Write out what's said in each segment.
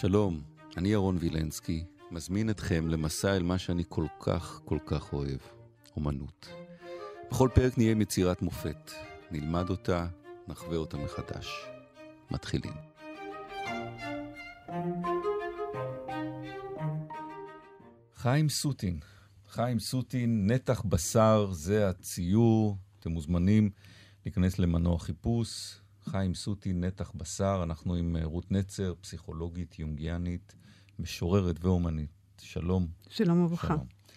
שלום, אני ירון וילנסקי, מזמין אתכם למסע אל מה שאני כל כך אוהב, אומנות. בכל פרק נהיה עם יצירת מופת, נלמד אותה, נחווה אותה מחדש. מתחילים. חיים סוטין, נתח בשר, זה הציור, אתם מוזמנים להיכנס למנוע חיפוש. חיים סוטין, נתח בשר, אנחנו עם רות נצר, פסיכולוגית, יונגיאנית, משוררת ואומנית. שלום. שלום וברכה.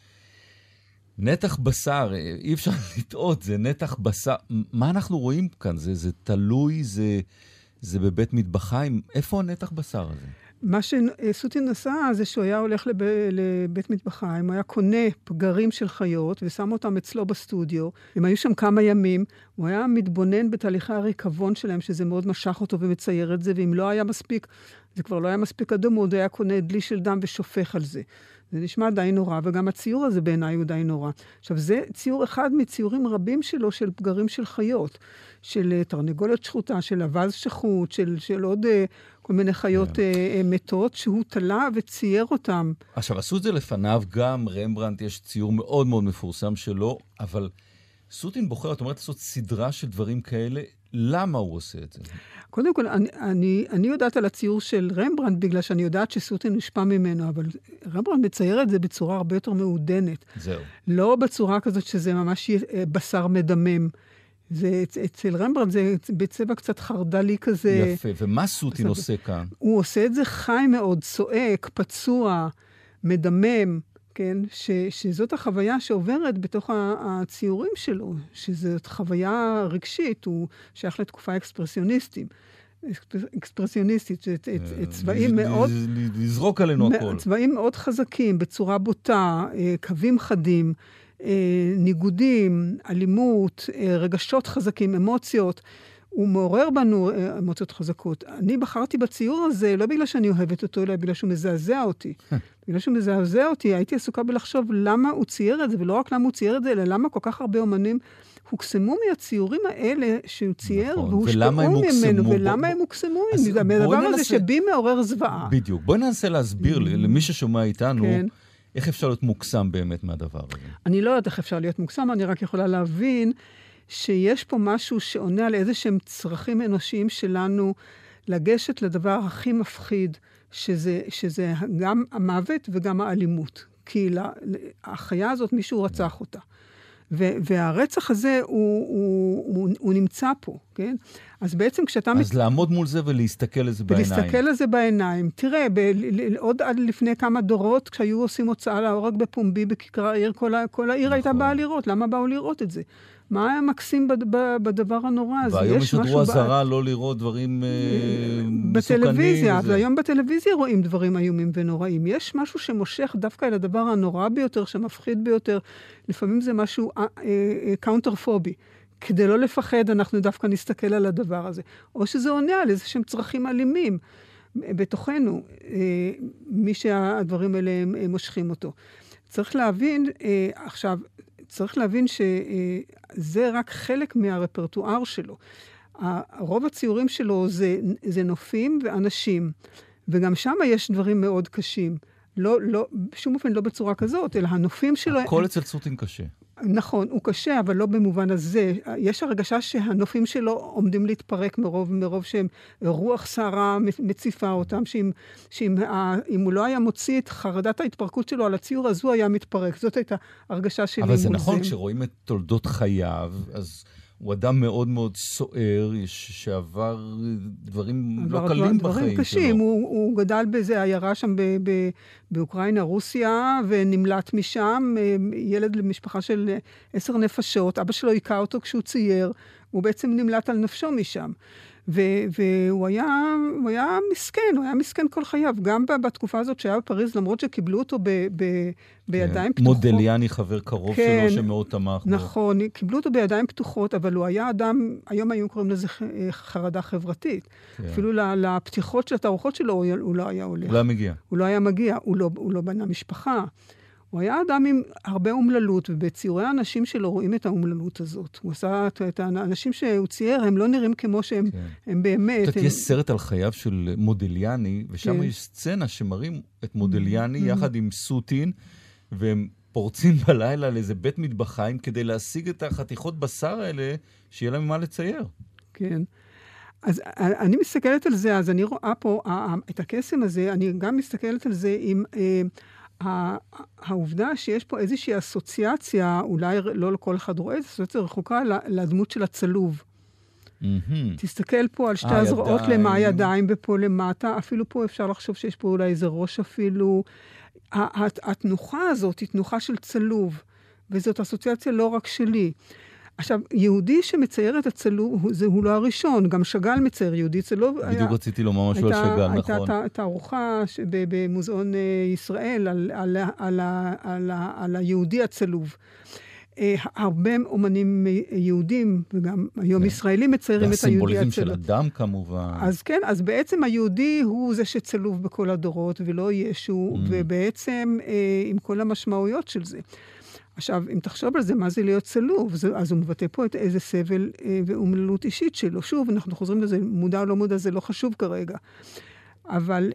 נתח בשר, אי אפשר לטעות, זה נתח בשר. מה אנחנו רואים כאן? זה תלוי, זה בבית מטבחיים. איפה הנתח בשר הזה? מה שסוטין עשה זה שהוא היה הולך לבית מטבחיים, הוא היה קונה פגרים של חיות ושם אותם אצלו בסטודיו, הם היו שם כמה ימים, הוא היה מתבונן בתהליכי הריקבון שלהם, שזה מאוד משך אותו ומצייר את זה, ואם לא היה מספיק, זה כבר לא היה מספיק אדום, הוא היה קונה דלי של דם ושופך על זה. זה נשמע די נורא, וגם הציור הזה בעיניי הוא די נורא. עכשיו, זה ציור אחד מציורים רבים שלו, של פגרים של חיות, של תרנגולת שחוטה, של אבז שחוט, של עוד כל מיני חיות מתות, שהוא תלה וצייר אותם. עכשיו, עשו את זה לפניו, גם רמברנדט, יש ציור מאוד מאוד מפורסם שלו, אבל סוטין בוחר, את אומרת, לעשות סדרה של דברים כאלה, למה הוא עושה את זה? קודם כל, אני יודעת על הציור של רמברנדט, בגלל שאני יודעת שסוטין נשפע ממנו, אבל רמברנדט מצייר את זה בצורה הרבה יותר מעודנת. זהו. לא בצורה כזאת שזה ממש בשר מדמם. אצל רמברנדט זה בצבע קצת חרדלי כזה. יפה, ומה סוטין עושה כאן? הוא עושה את זה חי מאוד, צועק, פצוע, מדמם, כן? שזאת החוויה שעוברת בתוך הציורים שלו, שזאת חוויה רגשית, הוא שייך לתקופה אקספרסיוניסטית, צבעים מאוד... לזרוק עלינו הכל. צבעים מאוד חזקים, בצורה בוטה, קווים חדים, ניגודים, אלימות, רגשות חזקים, אמוציות. הוא מעורר בנו אמוציות חזקות. אני בחרתי בציור הזה, לא בגלל שאני אוהבת אותו, אלא בגלל שהוא מזעזע אותי. בגלל שהוא מזעזע אותי, הייתי עסוקה בלחשוב למה הוא צייר את זה, ולא רק למה הוא צייר את זה, אלא למה כל כך הרבה אומנים הוקסמו מהציורים האלה שהוא צייר, והושפעו ממנו, ולמה הם הוקסמו ממנו. הדבר הזה שבי מעורר זוועה. בדיוק. בואי ננסה להסביר למי ששומע איתנו, איך אפשר להיות מוקסם באמת מהדבר הזה? אני לא יודעת איך אפשר להיות מוקסם, אני רק יכולה להבין שיש פה משהו שעונה על איזה שהם צרכים אנושיים שלנו, לגשת לדבר הכי מפחיד, שזה גם המוות וגם האלימות. כי החיה הזאת מישהו רצח אותה. והרצח הזה הוא נמצא פה, כן? אז בעצם כשאתה... אז לעמוד מול זה ולהסתכל לזה בעיניים. ולהסתכל לזה בעיניים. תראה, עוד עד לפני כמה דורות, כשהיו עושים הוצאה להורג בפומבי בכיכר העיר, כל העיר הייתה באה לראות. למה באו לראות את זה? מה היה מקסים בדבר הנורא הזה? והיום ישדרו הזרה לא לראות דברים מסוכנים. בטלוויזיה, והיום בטלוויזיה רואים דברים איומים ונוראים. יש משהו שמושך דווקא אל הדבר הנורא ביותר, שמפחיד ביותר. לפעמים זה משהו קאונטרפובי. כדי לא לפחד, אנחנו דווקא נסתכל על הדבר הזה. או שזה עונה על איזה שהם צרכים אלימים בתוכנו, מי שהדברים האלה הם מושכים אותו. צריך להבין שזה רק חלק מהרפרטואר שלו. רוב הציורים שלו זה נופים ואנשים, וגם שם יש דברים מאוד קשים. בשום אופן לא בצורה כזאת, אלא הנופים שלו... הכל אצל סוטין קשה. נכון, הוא קשה, אבל לא במובן הזה. יש הרגשה שהנופים שלו עומדים להתפרק מרוב שהם רוח סערה מציפה אותם, שאם הוא לא היה מוציא את חרדת ההתפרקות שלו על הציור, אז הוא היה מתפרק. זאת הייתה הרגשה שלי מול זה. אבל זה נכון, כשרואים את תולדות חייו, אז הוא אדם מאוד מאוד סוער, שעבר דברים לא קלים בחיים קשים. שלו. הוא גדל באיזה עיירה שם באוקראינה, רוסיה, ונמלט משם, ילד למשפחה של 10 נפשות. אבא שלו היכה אותו כשהוא צייר, הוא בעצם נמלט על נפשו משם. והוא היה מסכן כל חייו, גם בתקופה הזאת שהיה בפריז, למרות שקיבלו אותו בידיים פתוחות. מודליאני חבר קרוב שלו שמאוד תמך. נכון, קיבלו אותו בידיים פתוחות, אבל הוא היה אדם, היום היו קוראים לזה חרדה חברתית. אפילו לפתיחות של התערוכות שלו הוא לא היה הולך. הוא לא היה מגיע. הוא לא היה מגיע, הוא לא בנה משפחה. הוא היה אדם עם הרבה אומללות, ובציורי האנשים שלו רואים את האומללות הזאת. הוא עשה את האנשים שהוא צייר, הם לא נראים כמו שהם הם באמת. יש סרט על חייו של מודליאני, ושם יש סצנה שמראים את מודליאני יחד עם סוטין, והם פורצים בלילה לאיזה בית מטבחיים, כדי להשיג את החתיכות בשר האלה, שיהיה להם מה לצייר. כן. אז אני מסתכלת על זה, אז אני רואה פה את הקסם הזה, אני גם מסתכלת על זה עם העובדה שיש פה איזושהי אסוציאציה, אולי לא לכל אחד רואה, אסוציאציה רחוקה לדמות של הצלוב. תסתכל פה על שתי הזרועות למה ידיים ופה למטה, אפילו פה אפשר לחשוב שיש פה אולי איזה ראש אפילו. התנוחה הזאת היא תנוחה של צלוב, וזאת אסוציאציה לא רק שלי. עכשיו, יהודי שמצייר את הצלוב, הוא לא הראשון, גם שגל מצייר יהודי, צלוב... בדיוק רציתי לומר משהו על שגל, נכון. הייתה תערוכה במוזיאון ישראל על היהודי הצלוב. הרבה אומנים יהודים, וגם היום ישראלים מציירים את היהודי הצלוב. והסימבוליזם של אדם כמובן. אז כן, אז בעצם היהודי הוא זה שצלוב בכל הדורות, ולא ישו, ובעצם עם כל המשמעויות של זה. עכשיו, אם תחשוב על זה, מה זה להיות צלוב? אז הוא מבטא פה את איזה סבל ואומללות אישית שלו. שוב, אנחנו חוזרים לזה, מודע או לא מודע, זה לא חשוב כרגע. אבל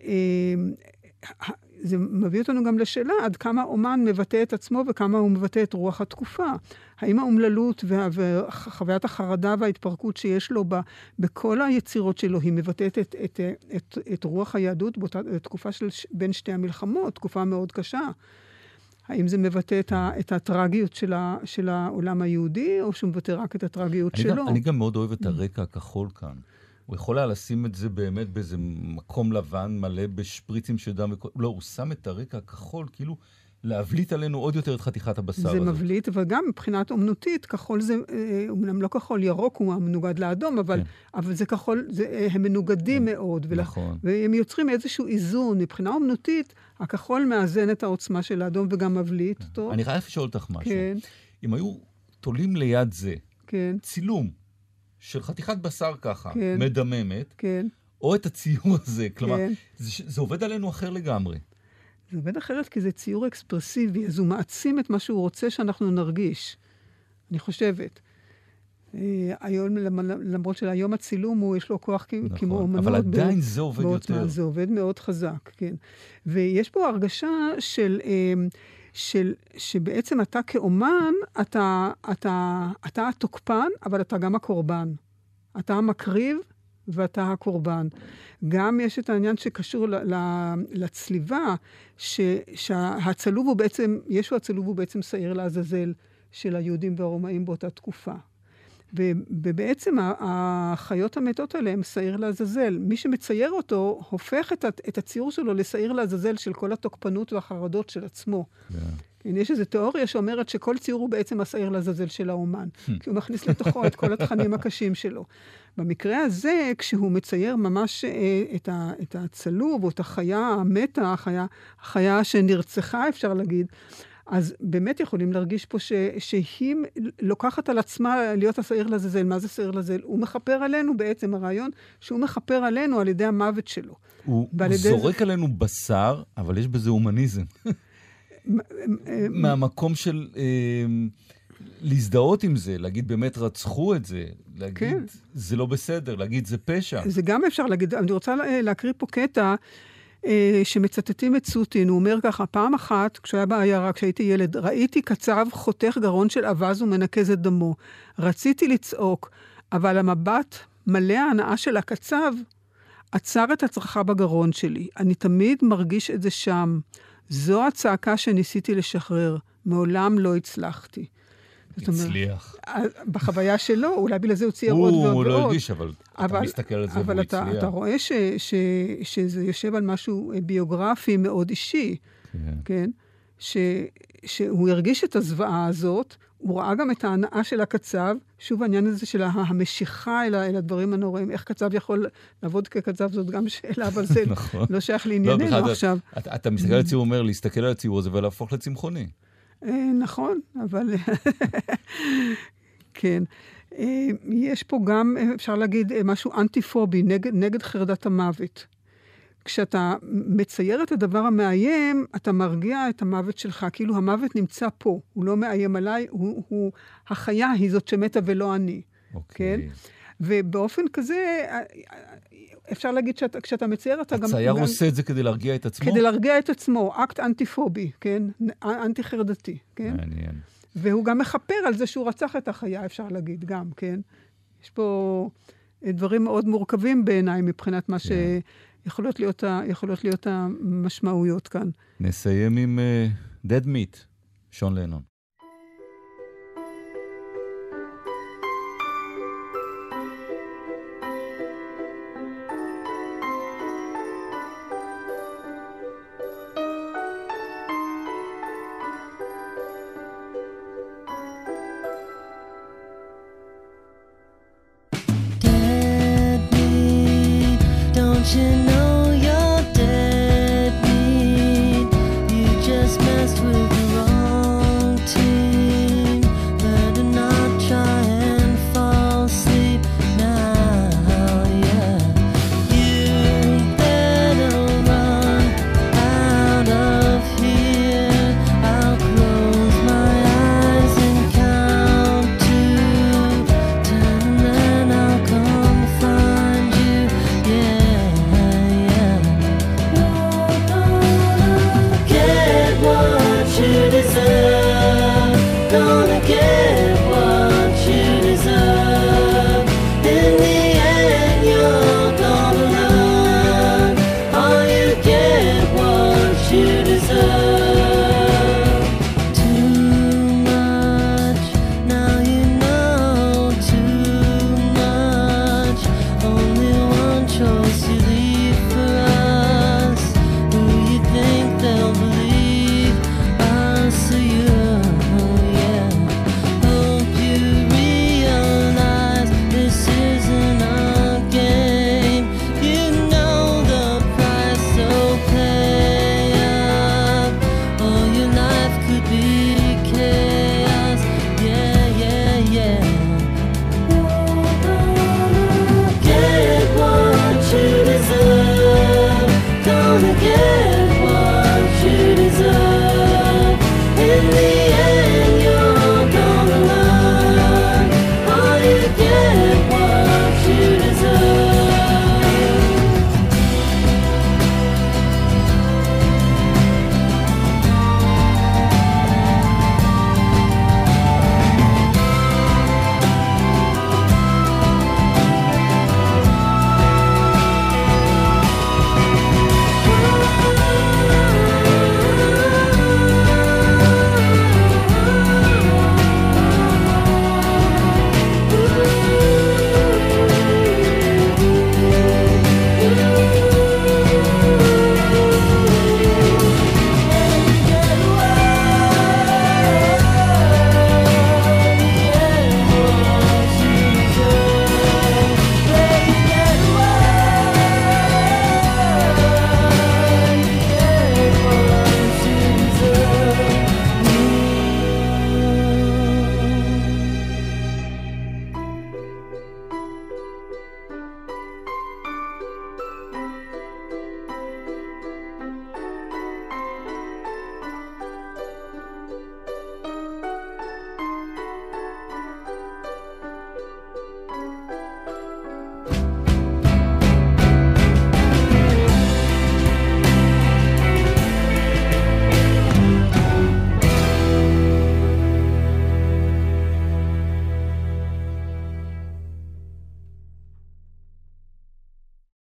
זה מביא אותנו גם לשאלה, עד כמה אומן מבטא את עצמו וכמה הוא מבטא את רוח התקופה. האם האומללות וחוויית החרדה וההתפרקות שיש לו בכל היצירות שלו, היא מבטאת את רוח היהדות באותה תקופה של בין שתי המלחמות, תקופה מאוד קשה. האם זה מבטא את הטרגיות של העולם היהודי, או שהוא מבטא רק את הטרגיות שלו? אני גם מאוד אוהב את הרקע הכחול כאן. הוא יכול היה לשים את זה באמת באיזה מקום לבן מלא בשפריצים של דם. לא, הוא שם את הרקע הכחול, כאילו להבליט עלינו עוד יותר את חתיכת הבשר הזה. זה מבליט, אבל גם מבחינת אומנותית, כחול זה, אומנם לא כחול, ירוק הוא מנוגד לאדום, אבל זה כחול, הם מנוגדים מאוד. נכון. והם יוצרים איזשהו איזון. מבחינה אומנותית, הכחול מאזן את העוצמה של האדום וגם מבליט אותו. אני חייב לשאול אותך משהו. כן. אם היו תולים ליד זה, כן. צילום של חתיכת בשר ככה, כן. מדממת, כן. או את הציור הזה, כלומר, כן. זה עובד עלינו אחר לגמרי. זה עובד אחרת כי זה ציור אקספרסיבי, אז הוא מעצים את מה שהוא רוצה שאנחנו נרגיש. אני חושבת. היום, למרות שלהיום הצילום יש לו כוח כמו אומנות. אבל עדיין זה עובד יותר. זה עובד מאוד חזק, כן. ויש פה הרגשה שבעצם אתה כאומן, אתה התוקפן, אבל אתה גם הקורבן. אתה המקריב, ואתה הקורבן. גם יש את העניין שקשור לצליבה, שהצלוב הוא בעצם, ישו הצלוב הוא בעצם שעיר לעזאזל של היהודים והרומאים באותה תקופה. ובעצם החיות המתות האלה הם שעיר לעזאזל. מי שמצייר אותו הופך את הציור שלו לשעיר לעזאזל של כל התוקפנות והחרדות של עצמו. יש איזו תיאוריה שאומרת שכל ציור הוא בעצם השעיר לעזאזל של האומן, כי הוא מכניס לתוכו את כל התכנים הקשים שלו. במקרה הזה, כשהוא מצייר ממש את הצלוב, או את החיה המתה, החיה שנרצחה, אפשר להגיד, אז באמת יכולים להרגיש פה שהיא לוקחת על עצמה להיות השעיר לעזאזל. מה זה שעיר לעזאזל? הוא מכפר עלינו בעצם, הרעיון שהוא מכפר עלינו על ידי המוות שלו. הוא זורק עלינו בשר, אבל יש בזה הומניזם. מהמקום של להזדהות עם זה, להגיד באמת רצחו את זה, להגיד זה לא בסדר, להגיד זה פשע. זה גם אפשר להגיד, אני רוצה להקריא פה קטע שמצטטים את סוטין, הוא אומר ככה, פעם אחת, כשהיה בעיירה, כשהייתי ילד, ראיתי קצב חותך גרון של אבז ומנקז את דמו. רציתי לצעוק, אבל המבט מלא ההנאה של הקצב עצר את הצרחה בגרון שלי. אני תמיד מרגיש את זה שם. זו הצעקה שניסיתי לשחרר. מעולם לא הצלחתי. הצליח. בחוויה שלו, אולי בגלל זה הוא צייר עוד ועוד ועוד. הוא לא הרגיש, אבל אתה מסתכל על זה והוא הצליח. אבל אתה רואה שזה יושב על משהו ביוגרפי מאוד אישי, כן? שהוא הרגיש את הזוועה הזאת, הוא ראה גם את ההנאה של הקצב, שוב העניין הזה של המשיכה אל הדברים הנוראים, איך קצב יכול לעבוד כקצב, זאת גם שאלה, אבל זה לא שייך לענייננו עכשיו. אתה מסתכל על הציור, אומר להסתכל על הציור הזה ולהפוך לצמחוני. נכון, אבל כן. יש פה גם, אפשר להגיד, משהו אנטיפובי, נגד חרדת המוות. כשאתה מצייר את הדבר המאיים, אתה מרגיע את המוות שלך, כאילו המוות נמצא פה, הוא לא מאיים עליי, החיה היא זאת שמתה ולא אני. כן? ובאופן כזה, אפשר להגיד כשאתה מצייר, אתה גם... הצייר עושה את זה כדי להרגיע את עצמו? כדי להרגיע את עצמו, אקט אנטי-פובי, כן? אנטי-חרדתי, כן? מעניין. והוא גם מחפר על זה שהוא רצח את החיה, אפשר להגיד גם, כן? יש פה דברים מאוד מורכבים בעיניי, מבחינת מה שיכולות להיות המשמעויות כאן. נסיים עם Dead Meat, שון לנון.